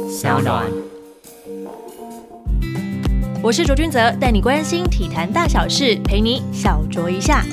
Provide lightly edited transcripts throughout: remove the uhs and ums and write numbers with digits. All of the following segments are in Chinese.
小暖。 我是卓君泽，带你关心体坛大小事，陪你小酌一下。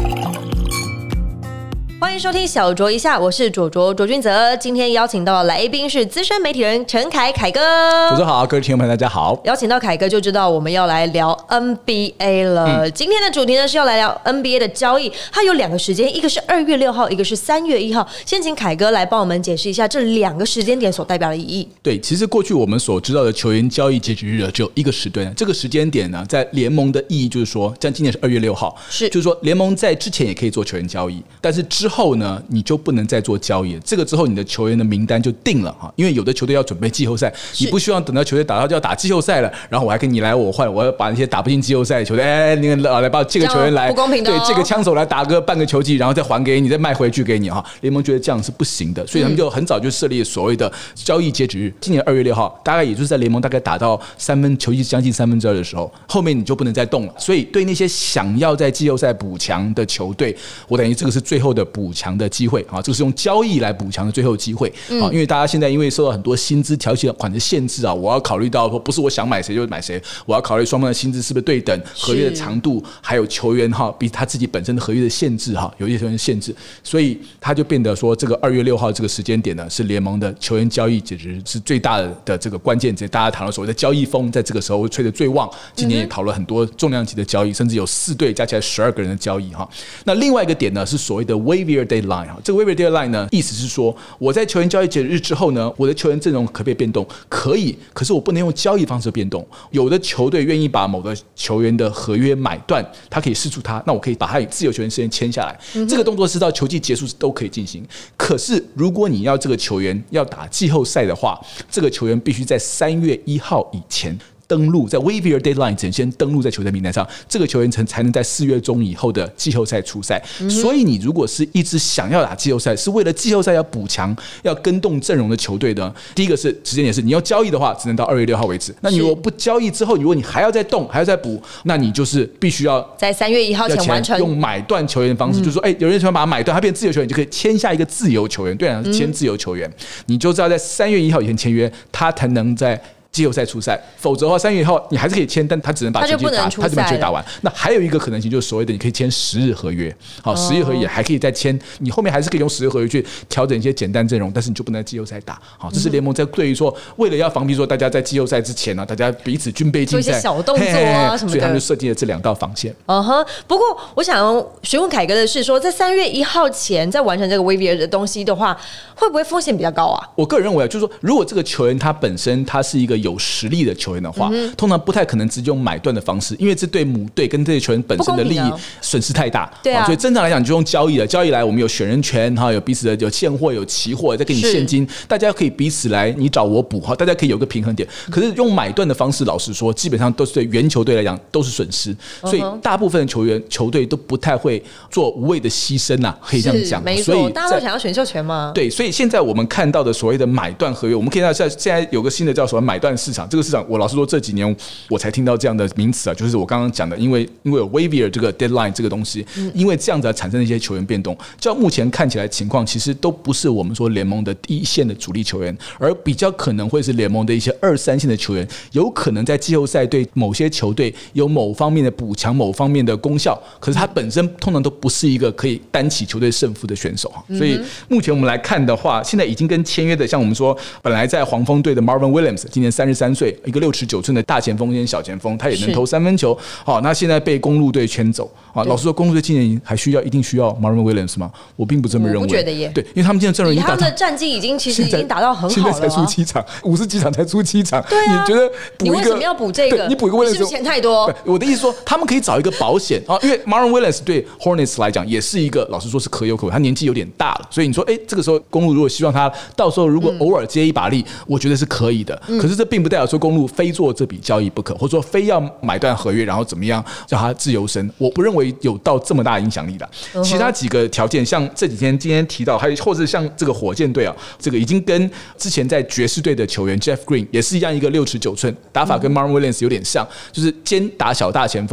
欢迎收听小酌一下，我是卓君泽。今天邀请到的来宾是资深媒体人陈凯哥。 卓好，各位听众朋友大家好。 邀请到凯哥就知道我们要来聊 NBA 了。今天的主题呢是要来聊 NBA 的交易，它有两个时间，一个是2月6号，一个是3月1号。先请凯哥来帮我们解释一下这两个时间点所代表的意义。 对，其实过去我们所知道的球员交易截止日只有一个时段，这个时间点呢，在联盟的意义就是说，像今年是2月6号，就是说联盟在之前也可以做球员交易，但是之后呢，你就不能再做交易了。这个之后，你的球员的名单就定了哈，因为有的球队要准备季后赛，你不希望等到球队打到就要打季后赛了，然后我还跟你来我换，我要把那些打不进季后赛的球队，你来把这个球员来， 不公平的对，这个枪手来打个半个球季，然后再还给你，再卖回去给你哈。联盟觉得这样是不行的，所以他们就很早就设立所谓的交易截止日。今年2月6号，大概也就是在联盟大概打到球季将近2/3的时候，后面你就不能再动了。所以对那些想要在季后赛补强的球队，我等于这个是最后的补强的机会啊，这个是用交易来补强的最后机会啊。因为大家现在因为受到很多薪资条款的限制啊，我要考虑到说不是我想买谁就买谁，我要考虑双方的薪资是不是对等，合约的长度，还有球员哈比他自己本身的合约的限制哈，有一些球员限制，所以他就变得说这个2月6号这个时间点呢，是联盟的球员交易简直是最大的这个关键点。大家谈到所谓的交易风，在这个时候吹得最旺。今年也讨论很多重量级的交易，甚至有4队加起来12个人的交易哈。那另外一个点呢，是所谓的 waiver deadline 哈。这个 waiver deadline 呢，意思是说我在球员交易截止日之后呢，我的球员阵容可不可以变动？可以，可是我不能用交易方式变动。有的球队愿意把某个球员的合约买断，他可以释出他，那我可以把他以自由球员时间签下来。这个动作是到球季结束都可以进行。可是如果你要这个球员要打季后赛的话，这个球员必须在3月1号以前登录，在 waiver deadline 前先登录在球队名单上，这个球员才能在4月中以后的季后赛出赛。所以你如果是一支想要打季后赛，是为了季后赛要补强、要更动阵容的球队呢，第一个是时间点是你要交易的话，只能到2月6号为止。那你如果不交易之后，如果你还要再动，还要再补，那你就是必须要在3月1号前完成， 用买断球员的方式，就是说，有人喜欢把他买断，他变自由球员，你就可以签下一个自由球员，对啊，签自由球员，你就知道在3月1号以前签约，他才能在季后赛出赛，否则的话3月1号你还是可以签，但他只能把球季打，他就把球打完。那还有一个可能性就是所谓的你可以签10日合约，好，10日合约还可以再签，你后面还是可以用10日合约去调整一些简单阵容，但是你就不能在季后赛打。好，这是联盟在对于说为了要防避说大家在季后赛之前呢，大家彼此军备竞赛， 做一些小动作啊什么的， 所以他们就设计了这2道防线。 不过我想询问凯哥的是说，在3月1号前再完成这个 waiver 的东西的话，会不会风险比较高啊？ 我个人认为就是说，如果这个球员他本身他是一个有实力的球员的话，通常不太可能直接用买断的方式，因为这对母队跟这些球员本身的利益损失太大。 对啊， 所以正常来讲，你就用交易了。交易来，我们有选人权哈，有彼此的有现货、有期货，再给你现金，大家可以彼此来你找我补哈，大家可以有个平衡点。可是用买断的方式，老实说，基本上都是对原球队来讲都是损失，所以大部分的球队都不太会做无谓的牺牲呐，可以这样讲。 没错，大家都想要选秀权嘛。 对，所以现在我们看到的所谓的买断合约，我们可以看到现在有个新的叫什么买断市场，这个市场我老实说这几年我才听到这样的名词啊，就是我刚刚讲的，因为有 waiver 这个 deadline 这个东西，因为这样子产生一些球员变动，就目前看起来情况其实都不是我们说联盟的第一线的主力球员，而比较可能会是联盟的一些2、3线的球员，有可能在季后赛对某些球队有某方面的补强、某方面的功效，可是他本身通常都不是一个可以担起球队胜负的选手。所以目前我们来看的话，现在已经跟签约的，像我们说本来在黄蜂队的 Marvin Williams， 今年33岁，一个69寸的大前锋兼小前锋，他也能投3分球。好，那现在被公鹿队签走啊。老实说，公鹿队今年还一定需要 Marvin Williams 吗？我并不这么认为。 我不觉得耶。 对，因为他们现在阵容已经他们的战绩其实已经打到很好了， 现在才出7场，50几场才出7场。 对啊， 你觉得你为什么要补这个？ 你补一个 Williams 是不是钱太多？ 我的意思说，他们可以找一个保险啊，因为 Marvin Williams 对 Hornets 来讲也是一个，老实说是可有可无，他年纪有点大了，所以你说，这个时候公鹿如果希望他到时候如果偶尔接一把力，我觉得是可以的。可是这并不代表说公鹿非做这笔交易不可，或者说非要买断合约，然后怎么样叫他自由身，我不认为有到这么大影响力的。其他几个条件，像这几天今天提到，还有或者像这个火箭队啊，这个已经跟之前在爵士队的球员 Jeff Green 也是一样，一个69寸打法跟 Marvin Williams 有点像，就是兼打小大前锋。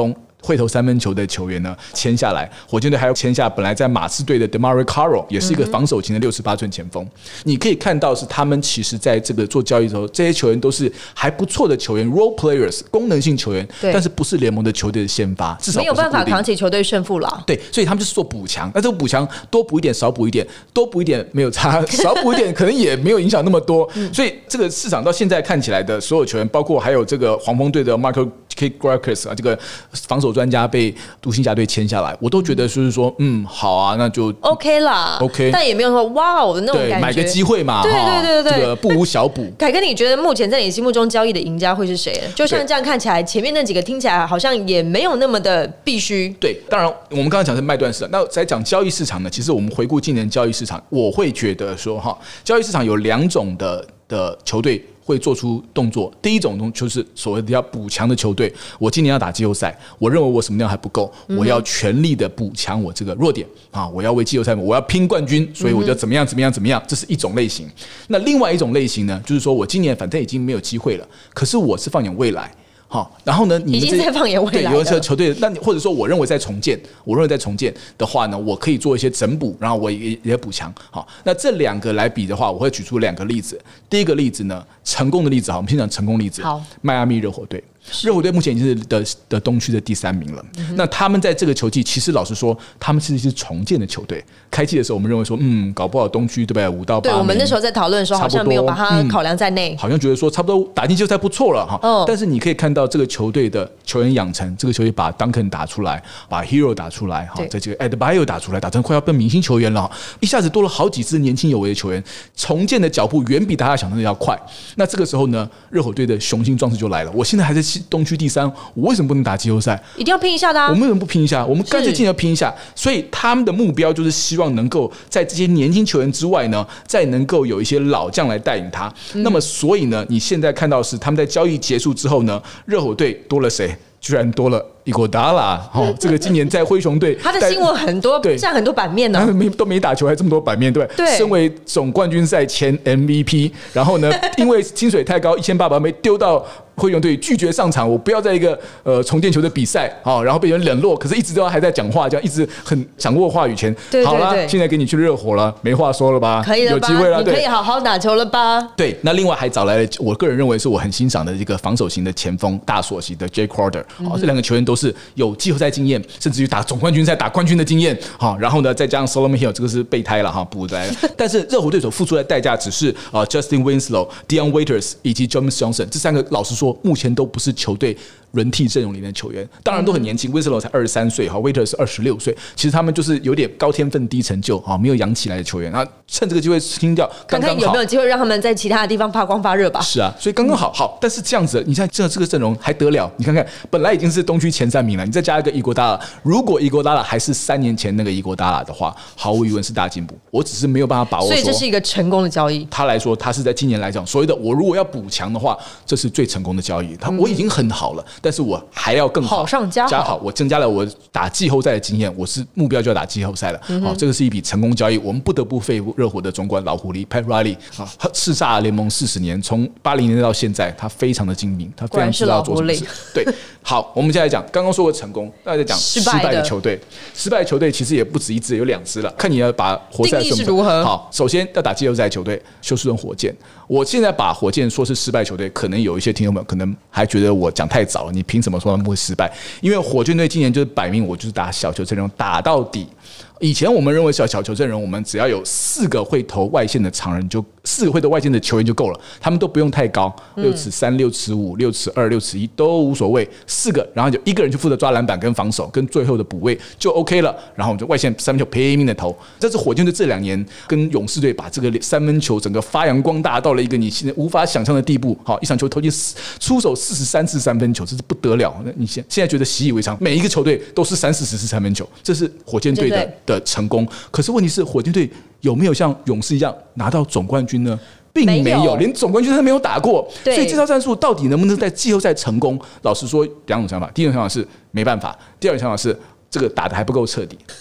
会投三分球的球员呢签下来，火箭队还要签下本来在马刺队的 DeMarre Carroll， 也是一个防守型的68寸前锋。你可以看到是他们其实在这个做交易的时候，这些球员都是还不错的球员 ，role players 功能性球员，但是不是联盟的球队的先发，至少没有办法扛起球队胜负了。 对，所以他们就是做补强。那这个补强多补一点，少补一点，多补一点没有差，少补一点可能也没有影响那么多。所以这个市场到现在看起来的所有球员，包括还有这个黄蜂队的 Michael Grackers 啊，这个防守专家被独行侠队签下来，我都觉得就是说，好啊，那就 OK 啦 ，OK， 但也没有说哇哦的那种感觉， 买个机会嘛， 对， 这个不无小补。 凯哥，你觉得目前在你心目中交易的赢家会是谁？就像这样看起来，前面那几个听起来好像也没有那么的必须。 对，当然我们刚才讲是卖断市场，那在讲交易市场呢，其实我们回顾今年交易市场，我会觉得说交易市场有2种的球队会做出动作。第一种就是所谓的要补强的球队，我今年要打季后赛，我认为我什么样还不够，我要全力的补强我这个弱点啊，我要为季后赛，我要拼冠军，所以我就怎么样，这是一种类型。那另外一种类型呢，就是说我今年反正已经没有机会了，可是我是放眼未来。然后呢，你已经在放眼未来了。 对，有一些球队，那或者说我认为在重建的话呢，我可以做一些整补，然后我也补强。好，那这2个来比的话，我会举出2个例子。第一个例子呢，成功的例子，我们先讲成功例子。 好， 迈阿密热火队。热火队目前已经是的东区的第3名了。那他们在这个球季，其实老实说，他们是一支重建的球队。开季的时候，我们认为说，搞不好东区对不对5到8名。 对，我们那时候在讨论的时候，好像没有把它考量在内， 好像觉得说差不多打进季后赛不错了哈。但是你可以看到这个球队的球员养成，这个球队把 Duncan 打出来，把 Hero 打出来，在这个 Adebayo 打出来，打成快要变明星球员了，一下子多了好几支年轻有为的球员，重建的脚步远比大家想象的要快。那这个时候呢，热火队的雄心壮志就来了。我现在还在东区第3，我为什么不能打季后赛？ 一定要拼一下的啊！ 我们为什么不拼一下？我们干脆进来拼一下。所以他们的目标就是希望能够在这些年轻球员之外呢，再能够有一些老将来带领他。那么，所以呢，你现在看到的是他们在交易结束之后呢，热火队多了谁？居然多了伊戈达拉，这个今年在灰熊队， 他的新闻很多，占很多版面呢， 都没打球还这么多版面，对不对？身为总冠军赛前 MVP， 然后呢，因为薪水太高，1800被丢到灰熊队拒绝上场，我不要在一个重建球的比赛，然后被人冷落，可是一直都还在讲话，这样一直很掌握话语权。 对， 好了，现在给你去热火了，没话说了吧？ 可以了吧？有机会了，你可以好好打球了吧？ 对，那另外还找来了，我个人认为是我很欣赏的一个防守型的前锋，大锁型的 Jay Crowder。这2个球员都是有季后赛经验，甚至于打总冠军赛、打冠军的经验。然后呢，再加上 Solomon Hill， 这个是备胎了补来了。但是热火队所付出的代价只是Justin Winslow、Dion Waiters 以及 James Johnson 这3个，老实说，目前都不是球队轮替阵容里面的球员，当然都很年轻。Winslow 才23岁，Waiters 是26岁，其实他们就是有点高天分低成就没有养起来的球员。那趁这个机会听掉， 看看有没有机会让他们在其他的地方发光发热吧。 是啊，所以刚刚好。但是这样子，你看这个阵容还得了？你看看，本来已经是东区前3名了，你再加一个伊戈达拉，如果伊戈达拉还是3年前那个伊戈达拉的话，毫无疑问是大进步。我只是没有办法把握说， 所以这是一个成功的交易。 他来说，他是在今年来讲，所谓的我如果要补强的话，这是最成功的交易。我已经很好了，但是我还要更好， 好上加好。 我增加了我打季后赛的经验，我是目标就要打季后赛了。这个是一笔成功交易，我们不得不佩服热火的总管老狐狸 Pat Riley 叱咤联盟40年，从80年代到现在，他非常的精明，他非常知道做什么事。对，好，我们现在讲刚刚说过成功，大家在讲失败的球队。失败的球队其实也不止一支，有2支了，看你要把活塞定义是如何。 好，首先要打季后赛球队，休斯顿火箭。我现在把火箭说是失败球队，可能有一些听众朋友可能还觉得我讲太早了，你凭什么说他们会失败？因为火箭队今年就是摆明我就是打小球阵容打到底。以前我们认为小球阵容，我们只要有4个会投外线的常人，就4个会投外线的球员就够了，他们都不用太高，6尺3、6尺5、6尺2、6尺1都无所谓，4个，然后就1个人就负责抓篮板跟防守跟最后的补位就 OK 了，然后我们就外线三分球拼命的投。这是火箭队这2年跟勇士队把这个三分球整个发扬光大到了一个你现在无法想象的地步。好，一场球投进出手43次三分球，这是不得了。你现在觉得习以为常，每一个球队都是30-40次三分球，这是火箭队的成功。可是问题是，火箭队有没有像勇士一样拿到总冠军呢？并没有，连总冠军都没有打过。所以这套战术到底能不能在季后赛成功？老实说，2种想法。第一种想法是没办法，第2种想法是这个打得还不够彻底。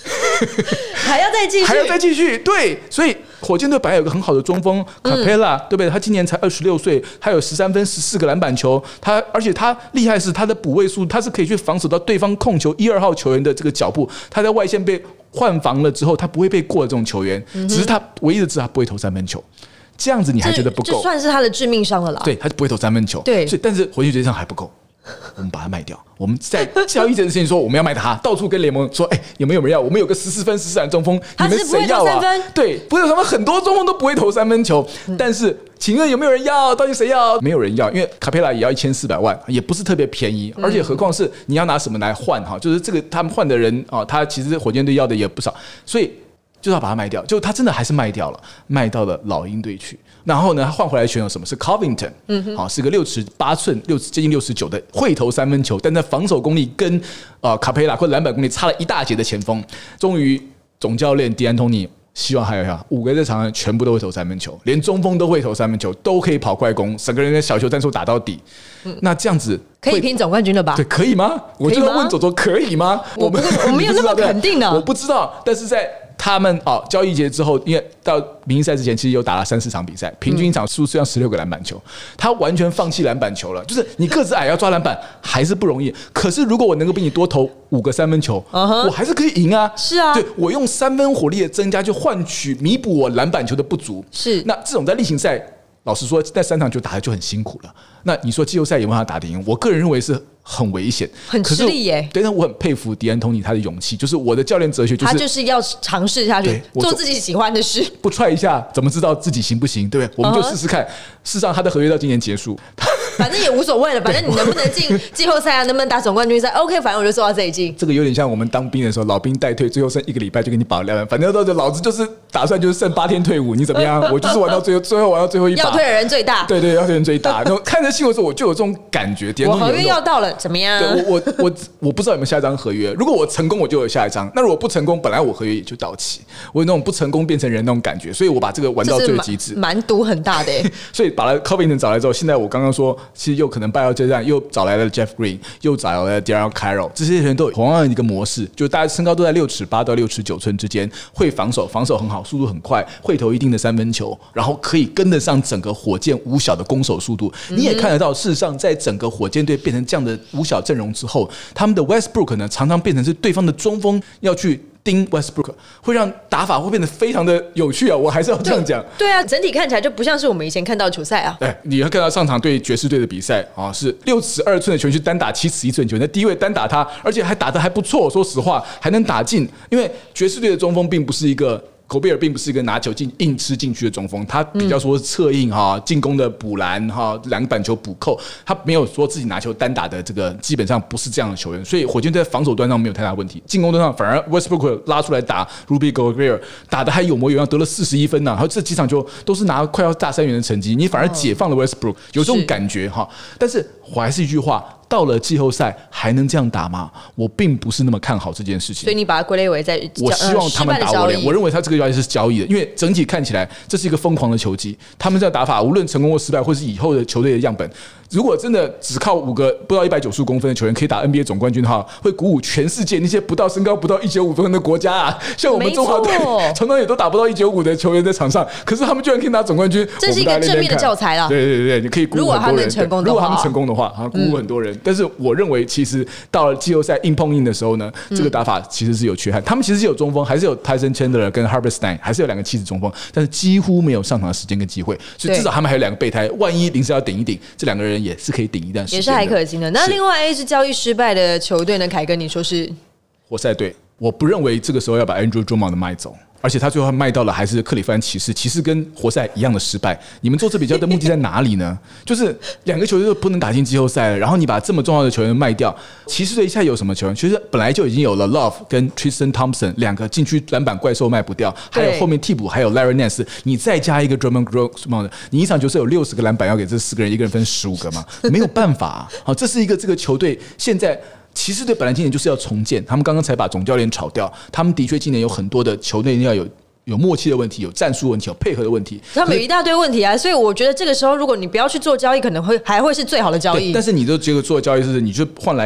还要再继续， 对，所以火箭队本来有个很好的中锋卡佩拉，对不对？他今年才26岁，他有13分14个篮板球，而且他厉害是他的补位数，他是可以去防守到对方控球1、2号球员的这个脚步，他在外线被换防了之后，他不会被过的这种球员，只是他唯一的是他不会投3分球。这样子你还觉得不够？ 这算是他的致命伤了啦。 对，他不会投3分球。 对， 所以但是火箭队上还不够。我们把它卖掉。我们在交易这件事情说我们要卖它，到处跟联盟说，有没有人要？我们有个14分14篮中锋，你们谁要啊？对，不是他们很多中锋都不会投3分球，但是请问有没有人要？到底谁要？没有人要，因为卡佩拉也要1400万，也不是特别便宜，而且何况是你要拿什么来换哈？就是这个他们换的人啊，他其实火箭队要的也不少，所以就是要把它卖掉。就他真的还是卖掉了，卖到了老鹰队去。然后呢，他换回来选手什么是 Covington， 好，是个68寸、接近69的会投3分球，但在防守功力跟卡佩拉或篮板功力差了一大截的前锋。终于总教练迪安东尼希望还有5个在场上全部都会投3分球，连中锋都会投3分球，都可以跑快攻，整个人的小球战术打到底。那这样子可以拼总冠军了吧？ 对，可以吗？我就要问左左，可以吗？ 我没有那么肯定呢。 我不知道，但是在他们交易节之后，因为到明星赛之前，其实有打了3-4场比赛，平均一场输出要16个篮板球，他完全放弃篮板球了。就是你个子矮要抓篮板还是不容易，可是如果我能够比你多投5个3分球，我还是可以赢啊。 是啊， 对，我用3分火力的增加，就换取弥补我篮板球的不足。 是， 那这种在例行赛，老实说，在3场就打的就很辛苦了。那你说季后赛有没有办法打得赢？我个人认为是很危险， 很吃力耶。 但是我很佩服迪安东尼他的勇气，就是我的教练哲学，就是他就是要尝试下去，做自己喜欢的事， 不try一下怎么知道自己行不行？对不对？我们就试试看。事实上，他的合约到今年结束， 反正也无所谓了，反正你能不能进季后赛啊，能不能打总冠军赛 ，OK， 反正我就做到这一季。 这个有点像我们当兵的时候，老兵待退，最后剩1个礼拜就给你保了，反正老子就是打算就是剩8天退伍，你怎么样？我就是玩到最后玩到最后一把， 要退的人最大。 对，要退的人最大。然后看着新闻的时候，我就有这种感觉， 我合约要到了，怎么样？ 对我不知道有没有下一张合约。如果我成功，我就有下一张；那如果不成功，本来我合约也就到期。我有那种不成功变成人那种感觉，所以我把这个玩到最极致， 蛮赌很大的。 所以把了 Covington 找来之后，现在我刚刚说，其实又可能败到这站，又找来了 Jeff Green， 又找来了 Darren Carroll， 这些人都有同样的一个模式，就是大家身高都在6尺8到6尺9寸之间，会防守很好，速度很快，会投一定的3分球，然后可以跟得上整个火箭五小的攻守速度。你也看得到，事实上在整个火箭队变成这样的五小阵容之后，他们的 Westbrook 呢，常常变成是对方的中锋要去盯 Westbrook， 会让打法会变得非常的有趣啊！我还是要这样讲。 对啊，整体看起来就不像是我们以前看到的球赛啊。 对，你会看到上场对爵士队的比赛啊，是6尺2寸的球员去单打7尺1寸球员，在低位单打他，而且还打得还不错。说实话，还能打进，因为爵士队的中锋并不是一个。狗贝尔并不是一个拿球硬吃进去的中锋，他比较说是策应进攻的补篮篮板球补扣，他没有说自己拿球单打的这个，基本上不是这样的球员，所以火箭队在防守端上没有太大问题，进攻端上反而 Westbrook 拉出来打 Rudy Gobert 打得还有模有样，得了41分呢，然后这几场就都是拿快要大3元的成绩，你反而解放了 Westbrook， 有这种感觉哈。但是我还是一句话。到了季后赛还能这样打吗？我并不是那么看好这件事情。 所以你把它归类为在我希望他们打我脸。我认为他这个交易是交易的，因为整体看起来这是一个疯狂的球季。他们这样打法，无论成功或失败，或是以后的球队的样本，如果真的只靠5个不到195公分的球员可以打 NBA 总冠军的话，会鼓舞全世界那些不到身高不到195分的国家啊！像我们中华队常常也都打不到195的球员在场上，可是他们居然可以拿总冠军， 这是一个正面的教材啦。 对，你可以鼓舞很多人。 如果他们成功的话，鼓舞很多人。但是我认为。其实到了季后赛硬碰硬的时候呢，这个打法其实是有缺憾。他们其实是有中锋，还是有 Tyson Chandler 跟 Hartenstein， 还是有2个70中锋，但是几乎没有上场的时间跟机会。所以至少他们还有2个备胎，万一临时要顶一顶，这2个人也是可以顶一段时间的， 也是还可行的。那另外一支交易失败的球队呢？凯哥，你说是活塞队？我不认为这个时候要把 Andrew Drummond 卖走。而且他最后卖到了还是克里夫兰骑士，骑士跟活塞一样的失败。你们做这比较的目的在哪里呢？就是2个球队都不能打进季后赛了，然后你把这么重要的球员卖掉。骑士队现在有什么球员？其实本来就已经有了 Love 跟 Tristan Thompson 2个禁区篮板怪兽卖不掉，还有后面替补还有 Larry Nance， 你再加一个 Drummond Grossman， 你一场球赛有60个篮板，要给这4个人一个人分15个吗？没有办法好，这是一个这个球队现在。骑士队本来今年就是要重建，他们刚刚才把总教练炒掉，他们的确今年有很多的球内要有默契的问题，有战术问题，有配合的问题， 他们有一大堆问题啊，所以我觉得这个时候如果你不要去做交易，可能还会是最好的交易。 但是你就结果做交易是，你就换来一个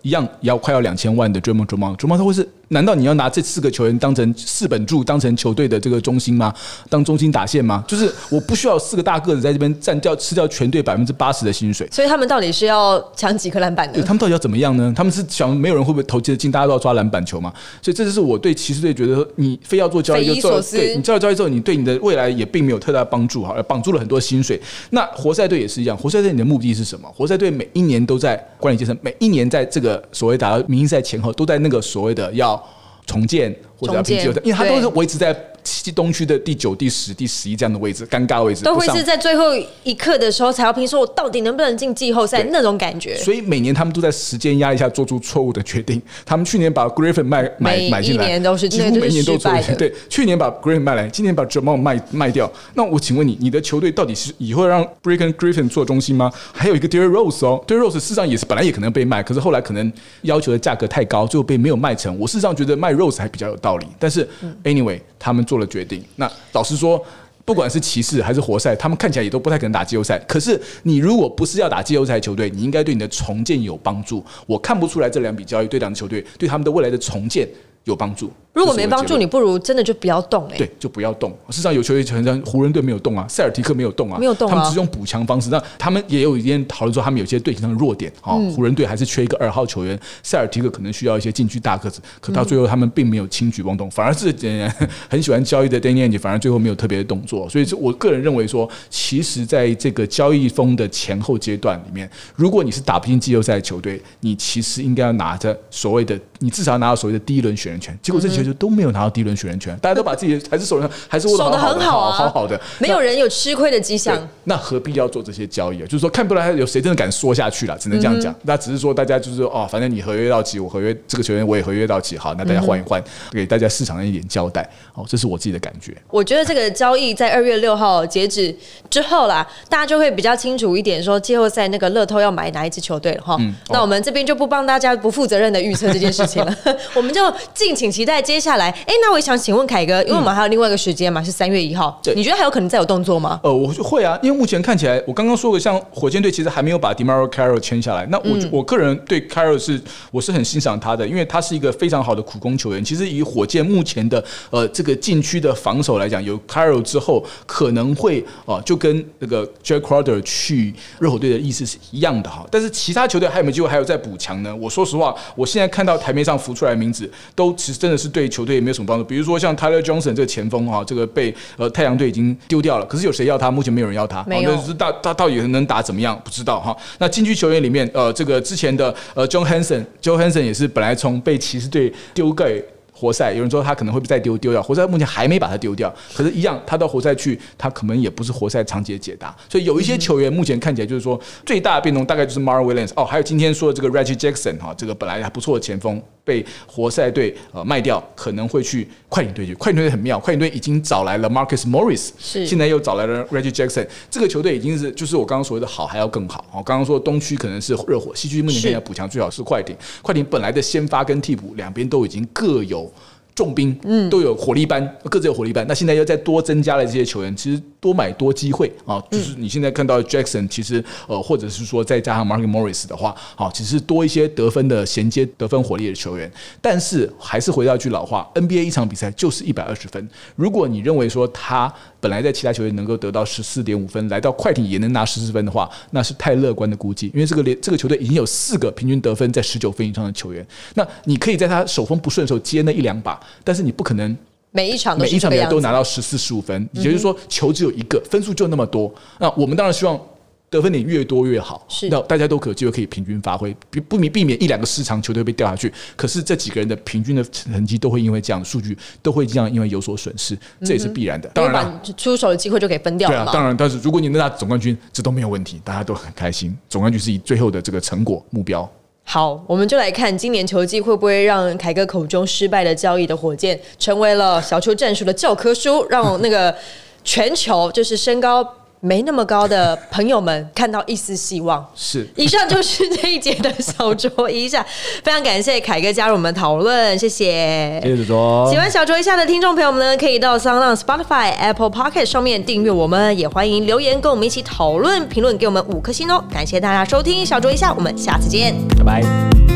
一样也要快要2000万的 Draymond Green，他会是？难道你要拿这4个球员当成4本柱，当成球队的这个中心吗？当中心打线吗？就是我不需要4个大个子在这边吃掉全队80%的薪水。 所以他们到底是要抢几颗篮板呢？ 对，他们到底要怎么样呢？他们是想没有人会不会投进得进，大家都要抓篮板球嘛？所以这就是我对骑士队觉得，你非要做交易，对你做了交易之后，你对你的未来也并没有特大帮助，而绑住了很多薪水。那活塞队也是一样，活塞队你的目的是什么？活塞队每一年都在管理阶层，每一年在这个所谓打到明星赛前后，都在那个所谓的要重建或者要拼季后赛，因为他都是维持在东区的第9、第10、第11这样的位置，尴尬位置， 都会是在最后一刻的时候才要拼，说我到底能不能进季后赛那种感觉。 所以每年他们都在时间压力下做出错误的决定。他们去年把 Griffin 买进来， 每一年都是几乎每一年都错的。 对，去年把 Griffin 卖来，今年把 Jamal 卖掉。那我请问你的球队到底是以后让 Griffin 做中心吗？还有一个 Derrick Rose 哦 ，Derrick Rose 事实上也是本来也可能被卖，可是后来可能要求的价格太高，最后被没有卖成。我事实上觉得卖 Rose 还比较有道理，但是 anyway 他们做了决定。那老实说，不管是骑士还是活塞，他们看起来也都不太可能打季后赛。可是你如果不是要打季后赛球队，你应该对你的重建有帮助。我看不出来这2笔交易对两支球队对他们的未来的重建有帮助。 如果没帮助，你不如真的就不要动对，就不要动。事实上，有球队很像湖人队没有动啊，塞尔提克没有动啊，他们只用补强方式。那他们也有一点讨论说，他们有些队形上的弱点湖人队还是缺一个2号球员，塞尔提克可能需要一些禁区大个子，可到最后他们并没有轻举妄动，反而是很喜欢交易的 Danny Ainge 反而最后没有特别的动作。所以我个人认为说，其实在这个交易风的前后阶段里面，如果你是打不进季后赛的球队，你其实应该要拿着所谓的，你至少要拿到所谓的第1轮选人权。结果这些球队都没有拿到第1轮选人权，大家都把自己还是手上还是握得很好啊， 好好的， 没有人有吃亏的迹象。 那何必要做这些交易啊？就是说看不来有谁真的敢说下去了，只能这样讲。那只是说大家就是说反正你合约到期，我合约这个球员我也合约到期，好，那大家换一换，给大家市场上一点交代。这是我自己的感觉。 我觉得这个交易在2月6号截止之后啦，大家就会比较清楚一点，说季后赛那个乐透要买哪一支球队了哈。那我们这边就不帮大家不负责任的预测这件事情了，我们就敬请期待接下来。那我也想请问凯哥，因为我们还有另外一个时间嘛，是3月1号，你觉得还有可能再有动作吗？ 我会啊，因为目前看起来，我刚刚说过，像火箭队其实还没有把 DeMarco Carroll 签下来。那我个人对 Carroll 我是很欣赏他的，因为他是一个非常好的苦攻球员。其实以火箭目前的这个禁区的防守来讲，有 Carroll 之后，可能会就跟那个 Jack Crowder 去热火队的意思是一样的哈。但是其他球队还有没有机会还有再补强呢？我说实话，我现在看到台面上浮出来的名字，都其实真的是对球队也没有什么帮助。比如说像 Tyler Johnson 这个前锋这个被太阳队已经丢掉了，可是有谁要他？目前没有人要他。 没有。 他到底能打怎么样？不知道哈。那禁区球员里面，这个之前的Joe Hanson 也是本来从被骑士队丢给活塞，有人说他可能会再丢掉，活塞目前还没把他丢掉，可是一样，他到活塞去，他可能也不是活塞长期的解答。所以有一些球员目前看起来就是说，最大的变动大概就是 Marvin Williams 还有今天说的这个 Reggie Jackson 这个本来还不错的前锋被活塞队卖掉，可能会去快艇队去。快艇队很妙，快艇队已经找来了 Marcus Morris， 现在又找来了 Reggie Jackson， 这个球队已经是就是我刚刚所谓的好还要更好。刚刚说东区可能是热火，西区目前看起来补强最好是快艇。快艇本来的先发跟替补两边都已经各有重兵，都有火力班，各自有火力班。那现在又再多增加了这些球员，其实多买多机会就是你现在看到 Jackson， 其实或者是说再加上 Marcus Morris 的话，其实多一些得分的衔接得分火力的球员。但是还是回到一句老话 ，NBA 一场比赛就是120分。如果你认为说他本来在其他球队能够得到14.5分，来到快艇也能拿14分的话，那是太乐观的估计。因为这个球队已经有4个平均得分在19分以上的球员，那你可以在他手风不顺的时候接那1-2把，但是你不可能每一场比赛都拿到14-15分，也就是说球只有1个，分数就那么多。那我们当然希望得分点越多越好，那大家都有机会可以平均发挥，避免1-2个失常球队被掉下去。可是这几个人的平均的成绩都会因为这样的数据都会这样因为有所损失，这也是必然的。当然了， 出手的机会就给分掉了嘛。 对啊，当然，但是如果你能拿总冠军，这都没有问题，大家都很开心。总冠军是以最后的这个成果目标。 好，我们就来看今年球季会不会让凯哥口中失败的交易的火箭成为了小球战术的教科书，让那个全球就是身高没那么高的朋友们看到一丝希望。 是， 以上就是这一节的小酌一下，非常感谢凯哥加入我们讨论，谢谢。 谢谢主桌。 喜欢小酌一下的听众朋友们呢，可以到 SoundOn、Spotify、Apple Podcast 上面订阅我们，也欢迎留言跟我们一起讨论、评论，给我们5颗星哦。感谢大家收听小酌一下，我们下次见， 拜拜。